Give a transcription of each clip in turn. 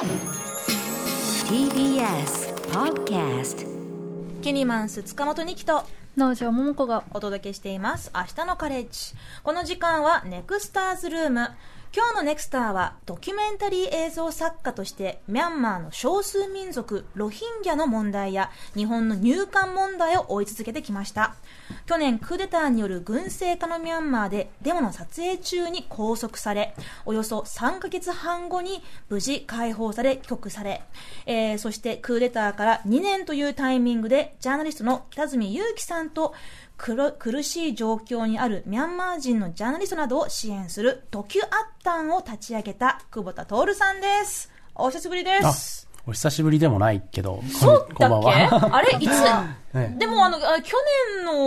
TBS Podcast キニマンス塚本二木と農場桃子がお届けしています明日のカレッジ。この時間はネクスターズルーム。今日のネクスターはドキュメンタリー映像作家としてミャンマーの少数民族ロヒンギャの問題や日本の入管問題を追い続けてきました。去年クーデターによる軍政下のミャンマーでデモの撮影中に拘束され、およそ3ヶ月半後に無事解放され帰国され、そしてクーデターから2年というタイミングでジャーナリストの北住裕樹さんと苦しい状況にあるミャンマー人のジャーナリストなどを支援するドキュアッタンを立ち上げた久保田徹さんです。お久しぶりです。 お久しぶりでもないけど、 そうだっけこんばんは。 あれいつね、 でも去年の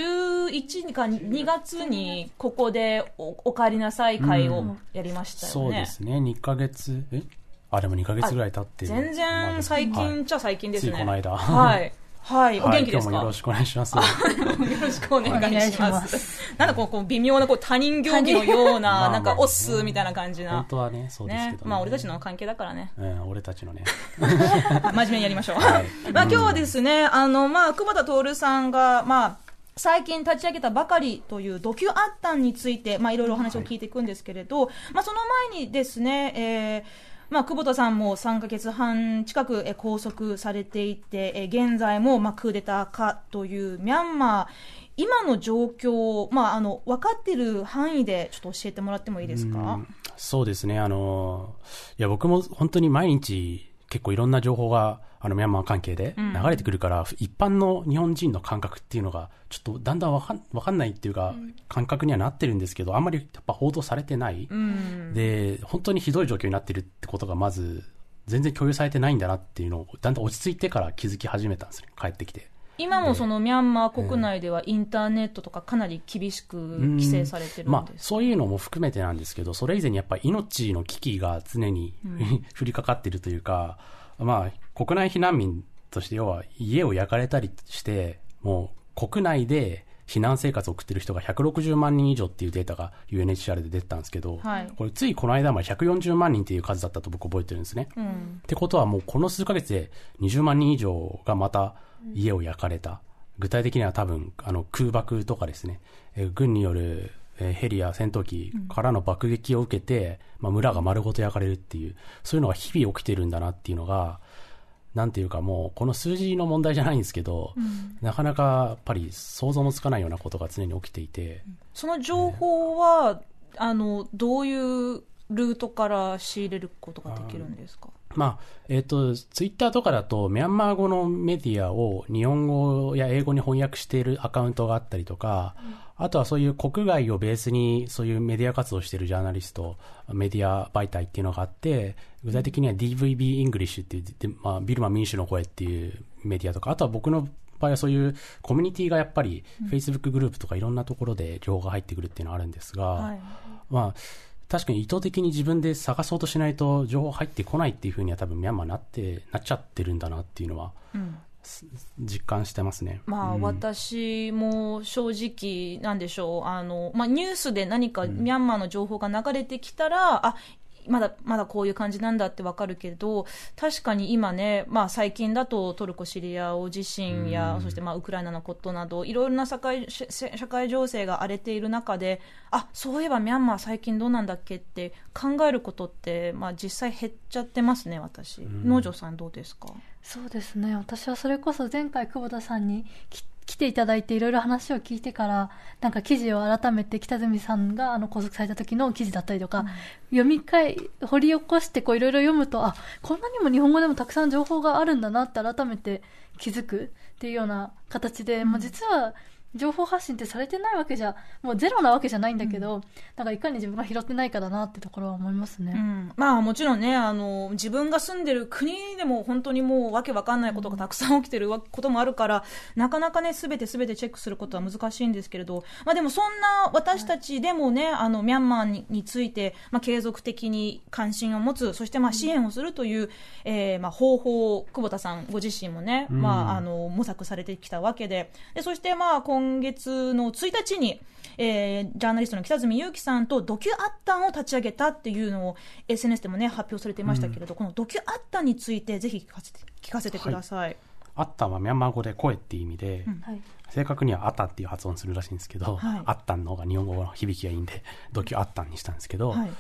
11か2月にここで お帰りなさい会をやりましたよね。 そうですね、2ヶ月でも2ヶ月ぐらい経ってる。 全然最近っちゃ最近ですね。 ついこの間。 はいはい、お元気ですか？ 今日もよろしくお願いします。 よろしくお願いします。なんだこう微妙な他人行儀のようななんかオスみたいな感じな。 本当はね、そうですけどね。 まあ俺たちの関係だからね。 俺たちのね。 真面目にやりましょう。はい、まあ今日はですね、久保田徹さんが最近立ち上げたばかりというドキュアッタンについていろいろお話を聞いていくんですけれど、その前にですね。久保田さんも3ヶ月半近く拘束されていて、現在もクーデター下というミャンマー、今の状況を、分かっている範囲でちょっと教えてもらってもいいですか？ そうですね、いや僕も本当に毎日結構いろんな情報がミャンマー関係で流れてくるから、一般の日本人の感覚っていうのがちょっとだんだん分かんないっていうか、感覚にはなってるんですけど、あんまりやっぱ報道されてない、で本当にひどい状況になってるってことがまず全然共有されてないんだなっていうのをだんだん落ち着いてから気づき始めたんですね、帰ってきて。 今もそのミャンマー国内ではインターネットとかかなり厳しく規制されてるんですか？ そういうのも含めてなんですけど、それ以前にやっぱり命の危機が常に、降りかかってるというか、国内避難民として要は家を焼かれたりしてもう国内で避難生活を送ってる人が160万人以上っていうデータが UNHCR で出てたんですけど、これついこの間まで140万人っていう数だったと僕覚えてるんですね、ってことはもうこの数ヶ月で20万人以上がまた家を焼かれた。具体的には多分空爆とかですね、軍によるヘリや戦闘機からの爆撃を受けて、村が丸ごと焼かれるっていう、そういうのが日々起きてるんだなっていうのが、なんていうかもうこの数字の問題じゃないんですけど、なかなかやっぱり想像もつかないようなことが常に起きていて、 その情報は、どういうルートから仕入れることができるんですか？ ツイッターとかだとミャンマー語のメディアを日本語や英語に翻訳しているアカウントがあったりとか、あとはそういう国外をベースにそういうメディア活動しているジャーナリスト、メディア媒体っていうのがあって、具体的には DVB イングリッシュっていう、ビルマ民主の声っていうメディアとか、あとは僕の場合はそういうコミュニティがやっぱり Facebook グループとかいろんなところで情報が入ってくるっていうのはあるんですが、確かに意図的に自分で探そうとしないと情報入ってこないっていう風には多分ミャンマーなっちゃってるんだなっていうのは、実感してますね。 私も正直なんでしょう、ニュースで何かミャンマーの情報が流れてきたら、まだこういう感じなんだってわかるけど、確かに今ね、最近だとトルコ・シリア大地震や、そしてウクライナのことなどいろいろな社会情勢が荒れている中で、そういえばミャンマー最近どうなんだっけって考えることって、実際減っちゃってますね。私、農場さんどうですか？ そうですね、私はそれこそ前回久保田さんに来ていただいていろいろ話を聞いてからなんか記事を改めて北住さんが拘束された時の記事だったりとか、掘り起こしていろいろ読むと、こんなにも日本語でもたくさん情報があるんだなって改めて気づくっていうような形で、実は情報発信ってされてないわけじゃもうゼロなわけじゃないんだけど、なんかいかに自分が拾ってないかだなってところは思いますね、 もちろんね、自分が住んでる国でも本当にもうわけわかんないことがたくさん起きてることもあるから、なかなかね全てチェックすることは難しいんですけれど、でもそんな私たちでもね、ミャンマーについて、継続的に関心を持つ、そして支援をするという、方法を久保田さんご自身もね、模索されてきたわけで、そして今今月の1日に、ジャーナリストの北角裕樹さんとドキュアッタンを立ち上げたっていうのを SNS でもね発表されていましたけれど、このドキュアッタンについてぜひ聞かせてください。 アッタンはミャンマー語で声っていう意味で、 はい、 正確にはアタっていう発音するらしいんですけど、 はい、 アッタンの方が日本語の響きがいいんでドキュアッタンにしたんですけど、 はい、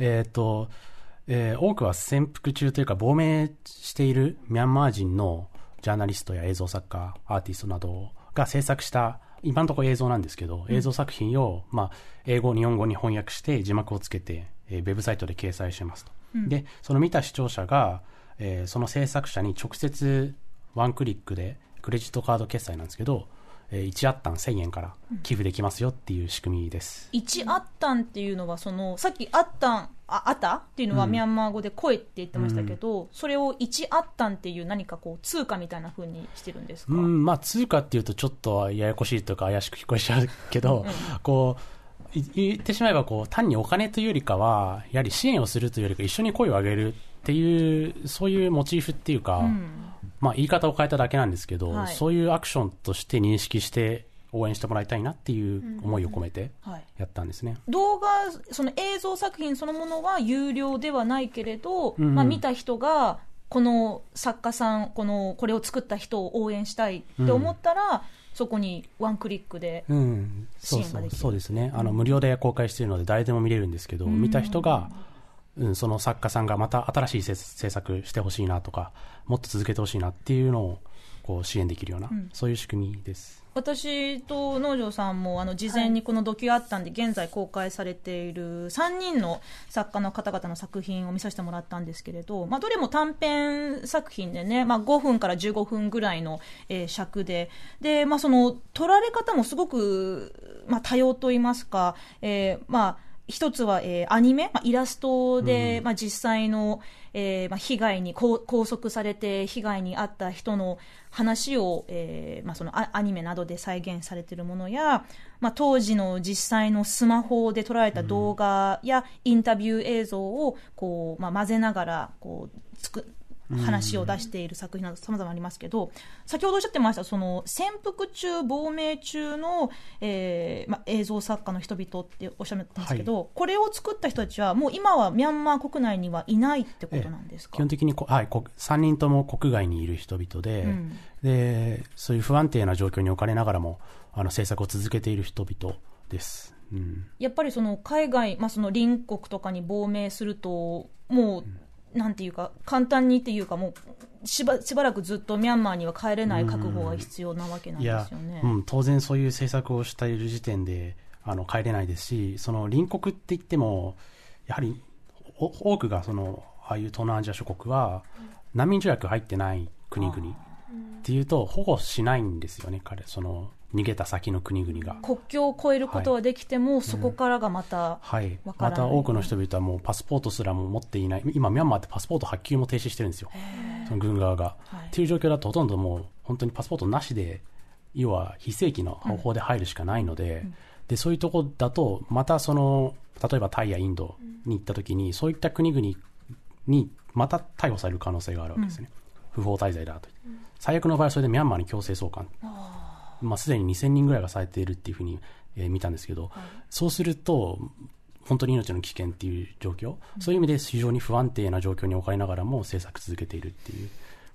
多くは潜伏中というか亡命しているミャンマー人のジャーナリストや映像作家、アーティストなどが制作した今のところ映像なんですけど、映像作品を、英語、日本語に翻訳して字幕をつけて、ウェブサイトで掲載しますと。で、その見た視聴者が、その制作者に直接ワンクリックでクレジットカード決済なんですけど、1アッタン1000円から寄付できますよっていう仕組みです。 1アッタンっていうのはさっきアッタっていうのはミャンマー語で声って言ってましたけど、それを1アッタンっていう何かこう通貨みたいな風にしてるんですか？ 通貨っていうとちょっとややこしいというか怪しく聞こえちゃうけど、こう言ってしまえばこう単にお金というよりかはやはり支援をするというよりか一緒に声を上げるっていうそういうモチーフっていうか、言い方を変えただけなんですけど、そういうアクションとして認識して応援してもらいたいなっていう思いを込めてやったんですね。 動画、その映像作品そのものは有料ではないけれど、見た人がこの作家さんこれを作った人を応援したいって思ったら、そこにワンクリックで支援ができる。 そうですね。無料で公開しているので誰でも見れるんですけど、見た人がその作家さんがまた新しい制作してほしいなとか、もっと続けてほしいなっていうのをこう支援できるような、そういう仕組みです。 私と農場さんも事前にこのドキュアッタンで現在公開されている3人の作家の方々の作品を見させてもらったんですけれど、どれも短編作品でね、5分から15分ぐらいの、尺で、その撮られ方もすごく、多様といいますか、一つは、アニメ、イラストで、実際の、被害に拘束されて被害に遭った人の話を、そのアニメなどで再現されているものや、当時の実際のスマホで撮られた動画やインタビュー映像をこう、混ぜながらこう話を出している作品など様々ありますけど、先ほどおっしゃってましたその潜伏中亡命中の、映像作家の人々っておっしゃってますけど、これを作った人たちはもう今はミャンマー国内にはいないってことなんですか？ 基本的に3人とも国外にいる人々で、でそういう不安定な状況に置かれながらも制作を続けている人々です。 やっぱりその海外、その隣国とかに亡命するともう、なんていうか簡単にっていうかもうしばらくずっとミャンマーには帰れない覚悟が必要なわけなんですよね。 当然そういう政策をしている時点で帰れないですし、その隣国って言ってもやはり多くがああいう東南アジア諸国は難民条約入ってない国々っていうと保護しないんですよね。逃げた先の国々が国境を越えることはできても、そこからがまた分からない、 また多くの人々はもうパスポートすらも持っていない。今ミャンマーってパスポート発給も停止してるんですよ、その軍側が、っていう状況だとほとんどもう本当にパスポートなしで要は非正規の方法で入るしかないので、でそういうところだとまた例えばタイやインドに行った時にそういった国々にまた逮捕される可能性があるわけですね、不法滞在だと、最悪の場合はそれでミャンマーに強制送還、すでに2000人ぐらいがされているっていうふうに、見たんですけど、そうすると本当に命の危険っていう状況、そういう意味で非常に不安定な状況に置かれながらも制作続けているっていう。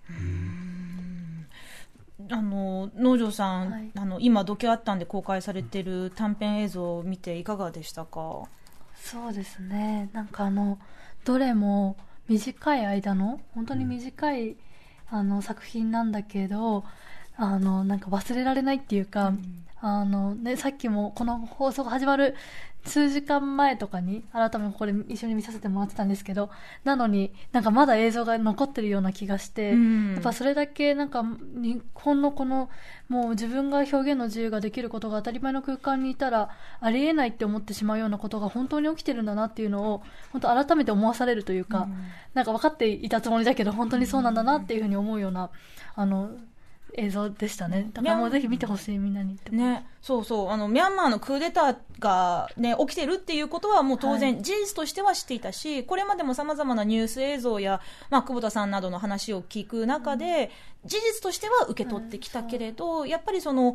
農場さん、今ドキュアッタンで公開されている短編映像を見ていかがでしたか？ そうですね、なんかどれも短い間の本当に短い、作品なんだけどなんか忘れられないっていうか、さっきもこの放送が始まる数時間前とかに改めてこれ一緒に見させてもらってたんですけど、なのになんかまだ映像が残ってるような気がして、やっぱそれだけなんか日本のこのもう自分が表現の自由ができることが当たり前の空間にいたらありえないって思ってしまうようなことが本当に起きてるんだなっていうのを本当改めて思わされるというか、なんか分かっていたつもりだけど本当にそうなんだなっていうふうに思うような映像でしたね。だからもうぜひ見てほしい、みんなにってね。そうそう、ミャンマーのクーデターが、ね、起きてるっていうことはもう当然事実としては知っていたし、これまでも様々なニュース映像や、久保田さんなどの話を聞く中で、事実としては受け取ってきたけれど、やっぱり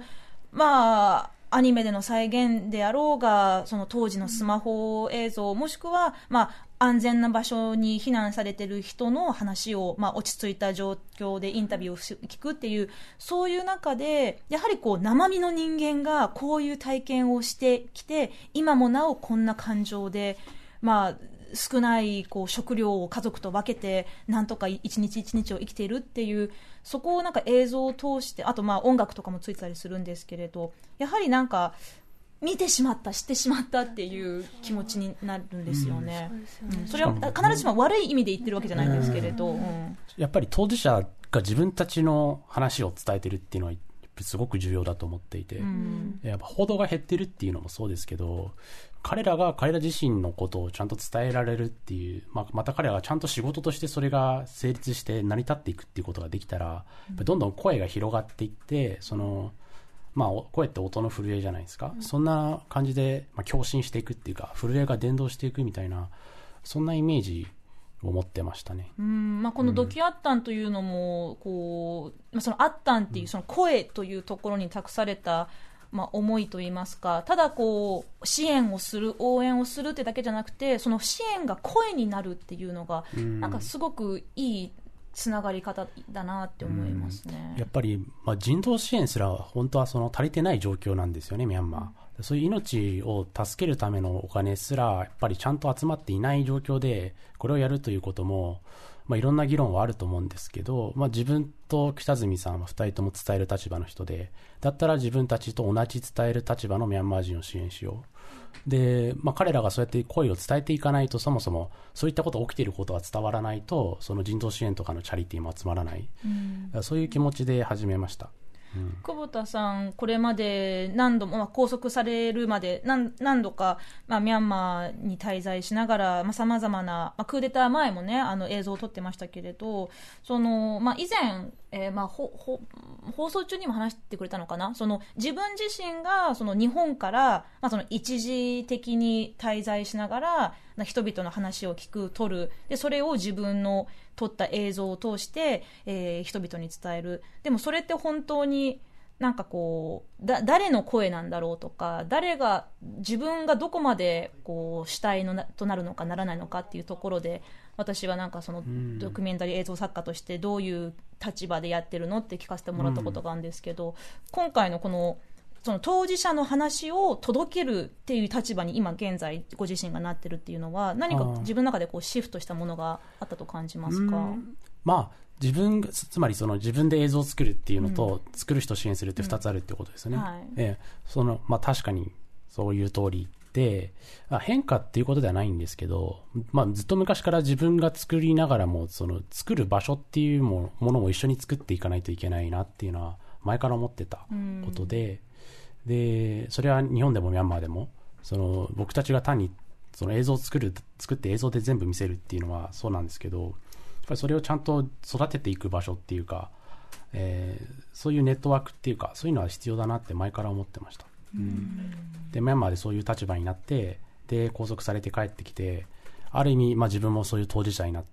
まあアニメでの再現であろうが、その当時のスマホ映像、もしくは、まあ、安全な場所に避難されている人の話を、まあ、落ち着いた状況でインタビューを聞くっていう、そういう中で、やはりこう、生身の人間がこういう体験をしてきて、今もなおこんな感情で、まあ、少ないこう食料を家族と分けてなんとか一日一日を生きているっていう、そこをなんか映像を通して、あとまあ音楽とかもついてたりするんですけれど、やはりなんか見てしまった知ってしまったっていう気持ちになるんですよね。それは必ずしも悪い意味で言ってるわけじゃないんですけれど、 やっぱり当事者が自分たちの話を伝えてるっていうのはすごく重要だと思っていて、やっぱ報道が減ってるっていうのもそうですけど、彼ら自身のことをちゃんと伝えられるっていう、また彼らがちゃんと仕事としてそれが成立して成り立っていくっていうことができたら、やっぱどんどん声が広がっていって、その声って音の震えじゃないですか、そんな感じで、共振していくっていうか、震えが伝導していくみたいな、そんなイメージを持ってましたね。 このドキュアッタンというのもこう、そのアッタンっていうその声というところに託された、思いといいますか、ただこう支援をする、応援をするってだけじゃなくて、その支援が声になるっていうのが、なんかすごくいいつながり方だなって思いますね。 やっぱり、人道支援すら本当はその足りてない状況なんですよね、ミャンマー。そういう命を助けるためのお金すらやっぱりちゃんと集まっていない状況でこれをやるということも、いろんな議論はあると思うんですけど、自分と北住さんは2人とも伝える立場の人で、だったら自分たちと同じ伝える立場のミャンマー人を支援しよう。で、彼らがそうやって声を伝えていかないと、そもそもそういったことが起きていることは伝わらないと、その人道支援とかのチャリティーも集まらない、そういう気持ちで始めました。 久保田さん、これまで何度も、拘束されるまで何度か、ミャンマーに滞在しながらさまざまな、クーデター前もね映像を撮ってましたけれど、その、以前、放送中にも話してくれたのかな、その自分自身がその日本から、その一時的に滞在しながら人々の話を聞く、撮る、でそれを自分の撮った映像を通して、人々に伝える。でもそれって本当になんかこう誰の声なんだろうとか、自分がどこまでこう主体となるのかならないのかっていうところで、私はなんかそのドキュメンタリー映像作家としてどういう立場でやってるのって聞かせてもらったことがあるんですけど、今回のその当事者の話を届けるっていう立場に今現在ご自身がなってるっていうのは、何か自分の中でこうシフトしたものがあったと感じますか？ つまりその自分で映像を作るっていうのと、作る人を支援するって2つあるってことですよね。確かにそういう通りで、変化っていうことではないんですけど、ずっと昔から自分が作りながらも、その作る場所っていうものも一緒に作っていかないといけないなっていうのは前から思ってたことで、それは日本でもミャンマーでも、その僕たちが単にその映像を作って映像で全部見せるっていうのはそうなんですけど、やっぱりそれをちゃんと育てていく場所っていうか、そういうネットワークっていうか、そういうのは必要だなって前から思ってました。でミャンマーでそういう立場になって、で拘束されて帰ってきて、ある意味、自分もそういう当事者になって、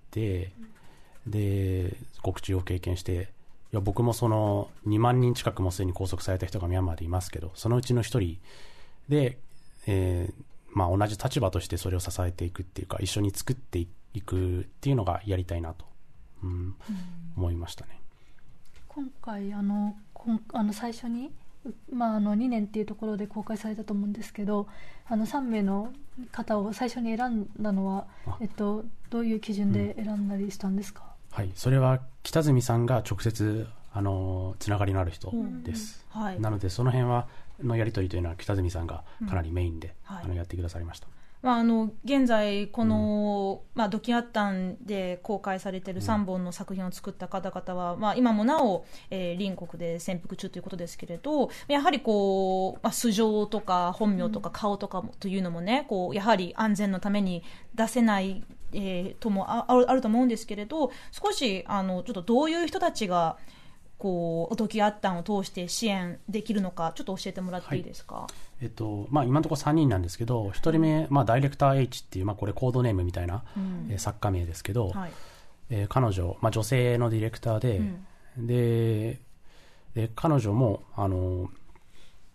で獄中を経験して、いや僕もその2万人近くもすでに拘束された人がミャンマーでいますけど、そのうちの一人で、同じ立場としてそれを支えていくっていうか、一緒に作っていくっていうのがやりたいなと、思いましたね。 今回最初に、2年っていうところで公開されたと思うんですけど、3名の方を最初に選んだのは、どういう基準で選んだりしたんですか？ それは北住さんが直接つながりのある人です、なのでその辺のやり取りというのは北住さんがかなりメインで、やってくださりました。 現在この、ドキュアッタンで公開されている3本の作品を作った方々は、今もなお、隣国で潜伏中ということですけれど、やはりこう、素性とか本名とか顔とかというのもね、こうやはり安全のために出せないともあると思うんですけれど、少しちょっとどういう人たちがこうドキュアッタンを通して支援できるのか、ちょっと教えてもらっていいですか？ 今のところ3人なんですけど、1人目、ダイレクター H っていう、これコードネームみたいな、作家名ですけど、彼女、女性のディレクターで、で彼女も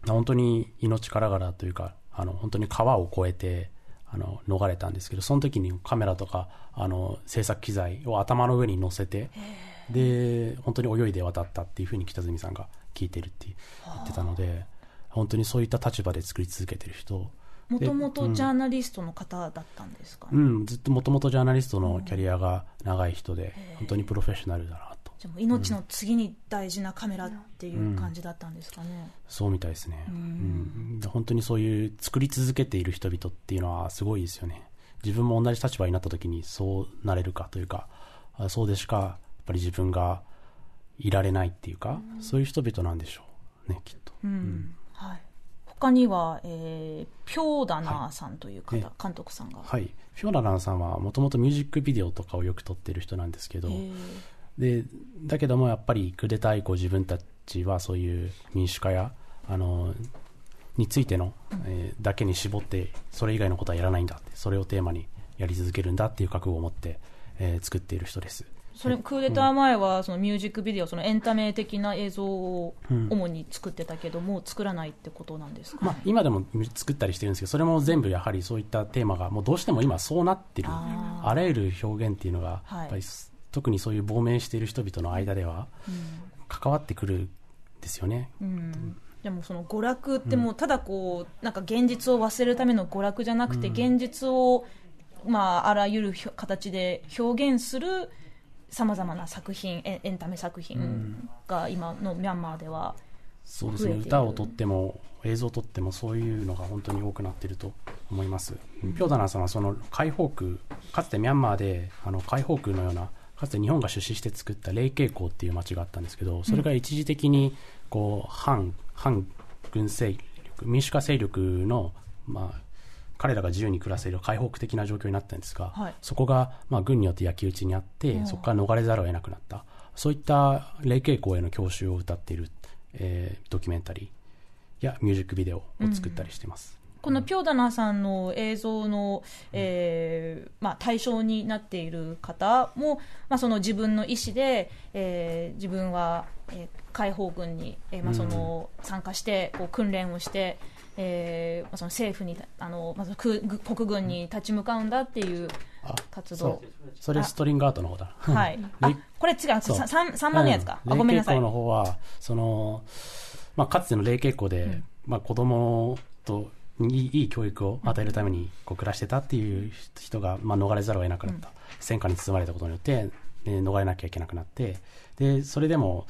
本当に命からがらというか、本当に川を越えて逃れたんですけど、その時にカメラとか制作機材を頭の上に乗せて、で本当に泳いで渡ったっていうふうに北角さんが聞いてるって言ってたので、本当にそういった立場で作り続けてる人。 もともとジャーナリストの方だったんですかね。 ずっともともとジャーナリストのキャリアが長い人で、本当にプロフェッショナルだなと。 じゃあもう命の次に大事なカメラっていう感じだったんですかね。 そうみたいですね。本当にそういう作り続けている人々っていうのはすごいですよね。自分も同じ立場になった時にそうなれるかというか、そうでしかやっぱり自分がいられないっていうか、そういう人々なんでしょうね、きっと。 はい。他には、ピョーダナーさんという方、監督さんが。 はい。ピョーダナーさんはもともとミュージックビデオとかをよく撮ってる人なんですけど、だけどもやっぱりクーデター以降自分たちはそういう民主化やについての、だけに絞ってそれ以外のことはやらないんだって、それをテーマにやり続けるんだっていう覚悟を持って、作っている人です。 それクーデター前はそのミュージックビデオ、そのエンタメ的な映像を主に作ってたけども、作らないってことなんですかね。 今でも作ったりしてるんですけど、それも全部やはりそういったテーマがもうどうしても今そうなってる、あらゆる表現っていうのがやっぱり、特にそういう亡命している人々の間では関わってくるんですよね。 でもその娯楽ってもうただこうなんか現実を忘れるための娯楽じゃなくて、現実をあらゆる形で表現するさまざまな作品、エンタメ作品が今のミャンマーではそうですね、歌をとっても映像をとってもそういうのが本当に多くなっていると思います。ピョーダナーさんはその解放区、かつてミャンマーで解放区のような、かつて日本が出資して作った霊渓港っていう町があったんですけど、それが一時的にこう反軍勢力、民主化勢力の、彼らが自由に暮らせる解放区的な状況になったんですが、そこが軍によって焼き討ちにあって、そこから逃れざるを得なくなった、そういった霊渓港への郷愁を歌っている、ドキュメンタリーやミュージックビデオを作ったりしています。 このピョーダナーさんの映像の、対象になっている方も、その自分の意思で、自分は、解放軍に、その参加してこう訓練をして、その政府に国軍に立ち向かうんだっていう活動。 それストリングアートの方だ。 はい。これ違う、3番のやつか。ごめんなさい。 霊渓港の方はその、かつての霊渓港で、子供といい教育を与えるためにこう暮らしてたっていう人が、逃れざるを得なくなった、戦火に包まれたことによって、逃れなきゃいけなくなって、でそれでも、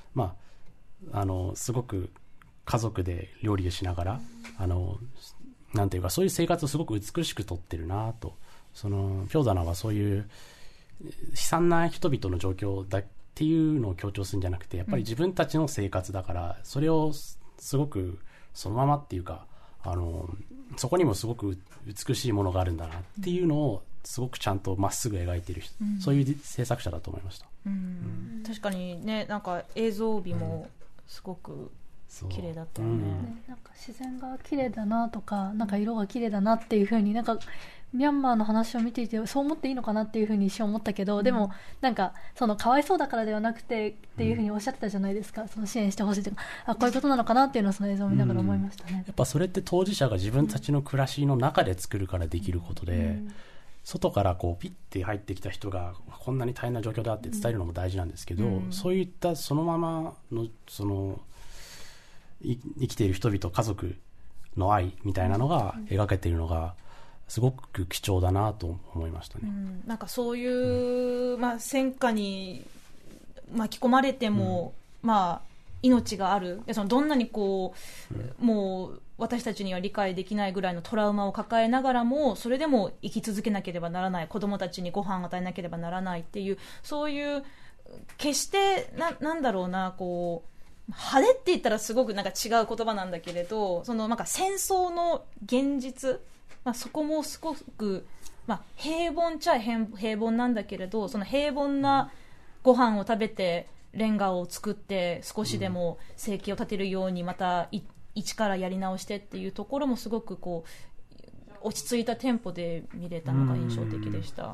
すごく家族で料理をしながらなんていうか、そういう生活をすごく美しくとってるなと。そのピョーダナーはそういう悲惨な人々の状況だっていうのを強調するんじゃなくて、やっぱり自分たちの生活だから、それをすごくそのままっていうか、そこにもすごく美しいものがあるんだなっていうのをすごくちゃんとまっすぐ描いている人、そういう制作者だと思いました。 確かにね、なんか映像美もすごく綺麗だったよね。 なんか自然が綺麗だなとか、なんか色が綺麗だなっていう風に、なんかミャンマーの話を見ていてそう思っていいのかなっていう風に一瞬思ったけど、でもなんかそのかわいそうだからではなくてっていう風におっしゃってたじゃないですか。その支援してほしいというか、こういうことなのかなっていうのをその映像を見ながら思いましたね。 やっぱそれって当事者が自分たちの暮らしの中で作るからできることで、外からこうピッて入ってきた人がこんなに大変な状況だって伝えるのも大事なんですけど、そういったそのままのその生きている人々、家族の愛みたいなのが描けているのがすごく貴重だなと思いましたね。 なんかそういう、戦火に巻き込まれても、命がある、そのどんなにこう、もう私たちには理解できないぐらいのトラウマを抱えながらも、それでも生き続けなければならない、子供たちにご飯を与えなければならないっていう、そういう決してなんだろうな、こう派手って言ったらすごくなんか違う言葉なんだけれど、そのなんか戦争の現実、そこもすごく、平凡っちゃ平凡なんだけれど、その平凡なご飯を食べてレンガを作って少しでも生計を立てるようにまた一からやり直してっていうところもすごくこう落ち着いたテンポで見れたのが印象的でした。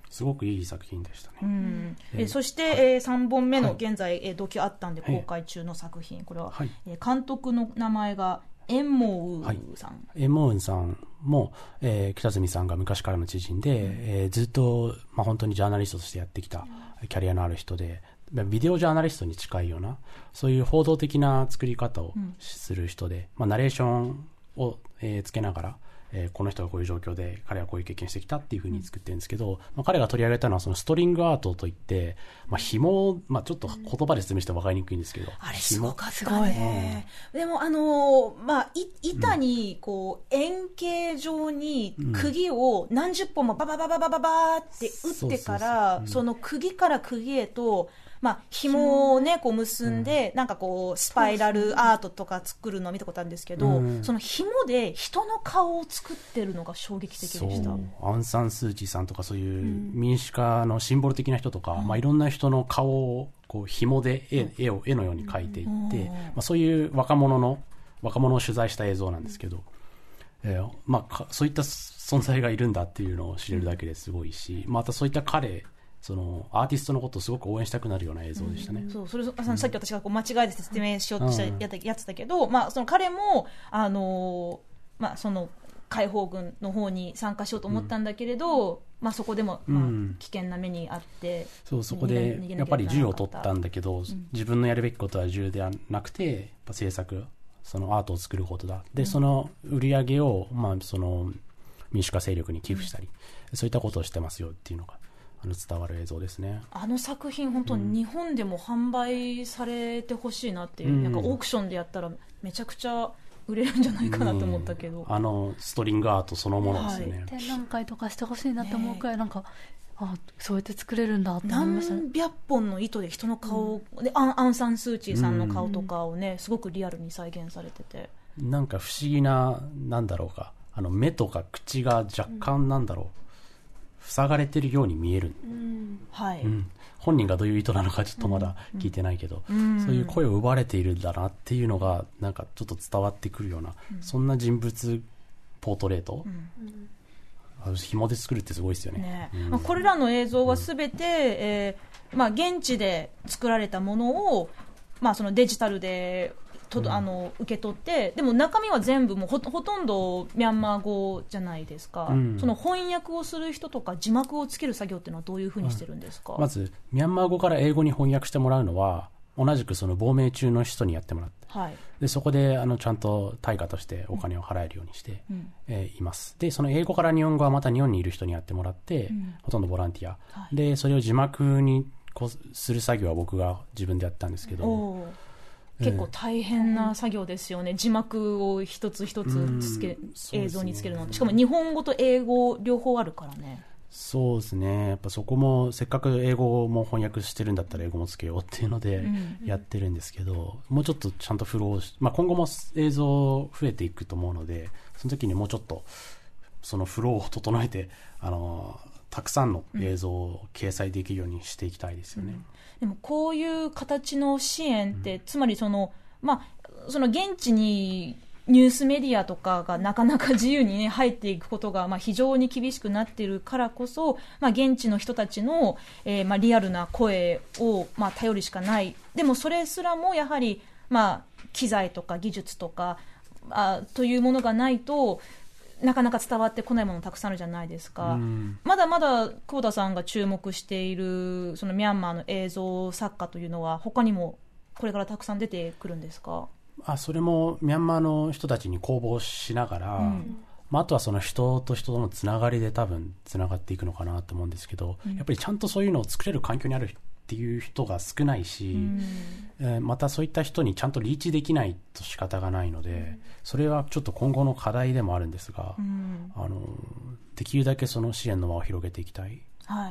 すごくいい作品でしたね。 そして、3本目のはい現在、同期あったんで公開中の作品、これは、 はい監督の名前がエンモウさん、 エンモウンさんも、北住さんが昔からの知人で、ずっと、本当にジャーナリストとしてやってきたキャリアのある人で、ビデオジャーナリストに近いようなそういう報道的な作り方をする人で、ナレーションを、つけながら、この人がこういう状況で彼はこういう経験してきたっていう風に作ってるんですけど、彼が取り上げたのはそのストリングアートといって、紐を、ちょっと言葉で説明して分かりにくいんですけど、 あれすごかったね。でも板にこう円形状に釘を何十本もバババババババーって打ってから、その釘から釘へと紐をねこう結んで、なんかこうスパイラルアートとか作るのを見たことあるんですけど、その紐で人の顔を作ってるのが衝撃的でした。 アンサンスーチーさんとかそういう民主化のシンボル的な人とか、いろんな人の顔をこう紐で絵のように描いていって、そういう若者を取材した映像なんですけど、そういった存在がいるんだっていうのを知れるだけですごいし、またそういったそのアーティストのことをすごく応援したくなるような映像でしたね。 それさっき私がこう間違えて説明しようとしたやつだけど、その彼もその解放軍の方に参加しようと思ったんだけれど、そこでも危険な目にあって、 そこでやっぱり銃を取ったんだけど、自分のやるべきことは銃ではなくてやっぱ制作、そのアートを作ることだ。で、その売り上げをその民主化勢力に寄付したり、そういったことをしてますよっていうのが伝わる映像ですね。 あの作品本当に日本でも販売されてほしいなっていう、なんかオークションでやったらめちゃくちゃ売れるんじゃないかなと思ったけど、 ストリングアートそのものですよね。 展覧会とかしてほしいなって思うくらい、なんかそうやって作れるんだって思いましたね。 何百本の糸で人の顔で、アンサンスーチーさんの顔とかをね、すごくリアルに再現されてて、 なんか不思議な、なんだろうか、目とか口が若干塞がれてるように見える、本人がどういう意図なのかちょっとまだ聞いてないけど、そういう声を奪われているんだなっていうのがなんかちょっと伝わってくるような、そんな人物ポートレート、紐で作るってすごいですよね。 これらの映像はすべて、現地で作られたものを、そのデジタルで受け取って、でも中身は全部もう ほとんどミャンマー語じゃないですか、その翻訳をする人とか字幕をつける作業っていうのはどういうふうにしてるんですか？ まずミャンマー語から英語に翻訳してもらうのは同じくその亡命中の人にやってもらって、でそこでちゃんと対価としてお金を払えるようにして、います。でその英語から日本語はまた日本にいる人にやってもらって、ほとんどボランティア、でそれを字幕にする作業は僕が自分でやったんですけど、 結構大変な作業ですよね、字幕を一つ一つ映像につけるの、しかも日本語と英語両方あるからね。 そうですね、やっぱそこもせっかく英語も翻訳してるんだったら英語もつけようっていうのでやってるんですけど、もうちょっとちゃんとフロー今後も映像増えていくと思うので、その時にもうちょっとそのフローを整えてたくさんの映像を掲載できるようにしていきたいですよね。 でもこういう形の支援って、つまりその現地にニュースメディアとかがなかなか自由に、ね、入っていくことが非常に厳しくなっているからこそ、現地の人たちの、リアルな声を、頼るしかない。でもそれすらもやはり、機材とか技術とかというものがないとなかなか伝わってこないものたくさんあるじゃないですか。まだまだ久保田さんが注目しているそのミャンマーの映像作家というのは他にもこれからたくさん出てくるんですか？ それもミャンマーの人たちに公募しながら、あとはその人と人とのつながりで多分つながっていくのかなと思うんですけど、やっぱりちゃんとそういうのを作れる環境にあるっていう人が少ないし、またそういった人にちゃんとリーチできないと仕方がないので、それはちょっと今後の課題でもあるんですが、できるだけその支援の輪を広げていきたい。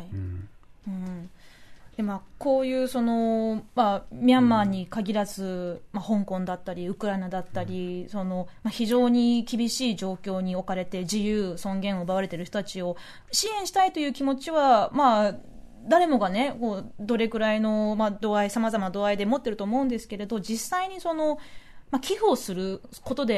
でこういうその、ミャンマーに限らず、香港だったりウクライナだったり、その非常に厳しい状況に置かれて自由尊厳を奪われている人たちを支援したいという気持ちは、誰もがねどれくらいの、度合い、様々な度合いで持ってると思うんですけれど、実際にその、寄付をすることで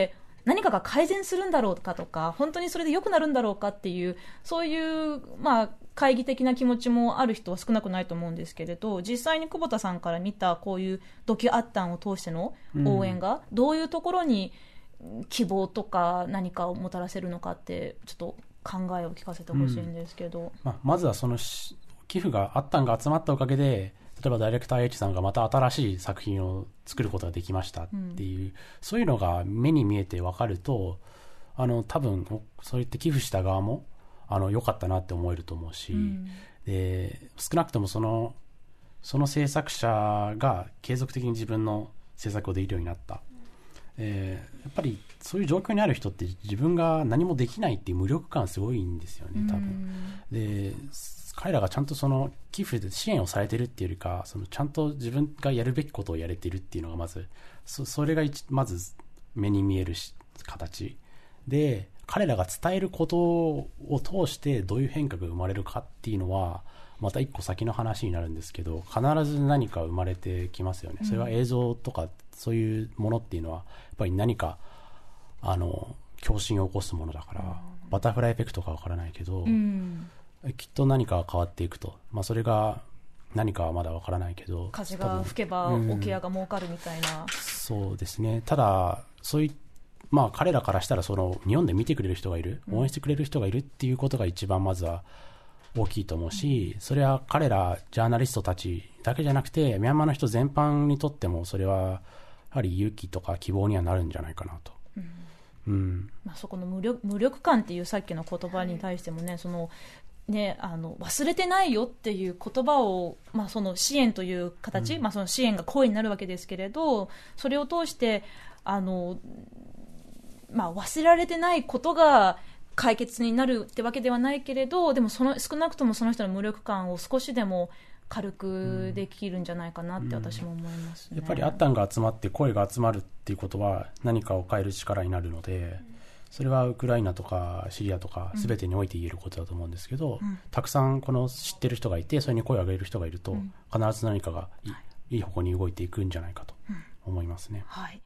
何かが改善するんだろうかとか、本当にそれで良くなるんだろうかっていう、そういう、まあ、懐疑的な気持ちもある人は少なくないと思うんですけれど、実際に久保田さんから見たこういうドキュアッタンを通しての応援が、どういうところに希望とか何かをもたらせるのかって、ちょっと考えを聞かせてほしいんですけど。 まずはその寄付があったんが集まったおかげで、例えばダイレクター H さんがまた新しい作品を作ることができましたっていう、そういうのが目に見えて分かると、多分そういって寄付した側も良かったなって思えると思うし、で少なくともその制作者が継続的に自分の制作をできるようになった、やっぱりそういう状況にある人って自分が何もできないっていう無力感すごいんですよね、多分。で彼らがちゃんとその寄付で支援をされてるっていうよりか、そのちゃんと自分がやるべきことをやれてるっていうのがまず、それがまず目に見える形で、彼らが伝えることを通してどういう変化が生まれるかっていうのはまた一個先の話になるんですけど、必ず何か生まれてきますよね。それは映像とかそういうものっていうのはやっぱり何か共振を起こすものだから、バタフライエフェクトかわからないけど、きっと何かが変わっていくと、それが何かはまだわからないけど、 風が吹けば桶屋が儲かるみたいな、 そうですね。ただそういう彼らからしたら日本で見てくれる人がいる、応援してくれる人がいるっていうことが一番まずは大きいと思うし、それは彼らジャーナリストたちだけじゃなくてミャンマーの人全般にとってもそれはやはり勇気とか希望にはなるんじゃないかなと。 そこの無力感っていうさっきの言葉に対してもね、忘れてないよっていう言葉を、その支援という形、その支援が声になるわけですけれど、それを通して忘れられてないことが解決になるってわけではないけれど、でも少なくともその人の無力感を少しでも軽くできるんじゃないかなって私も思いますね。 やっぱりアッタンが集まって声が集まるっていうことは何かを変える力になるので、それはウクライナとかシリアとか全てにおいて言えることだと思うんですけど、たくさん知ってる人がいてそれに声を上げる人がいると、必ず何かがいい方向に動いていくんじゃないかと思いますね。 はい。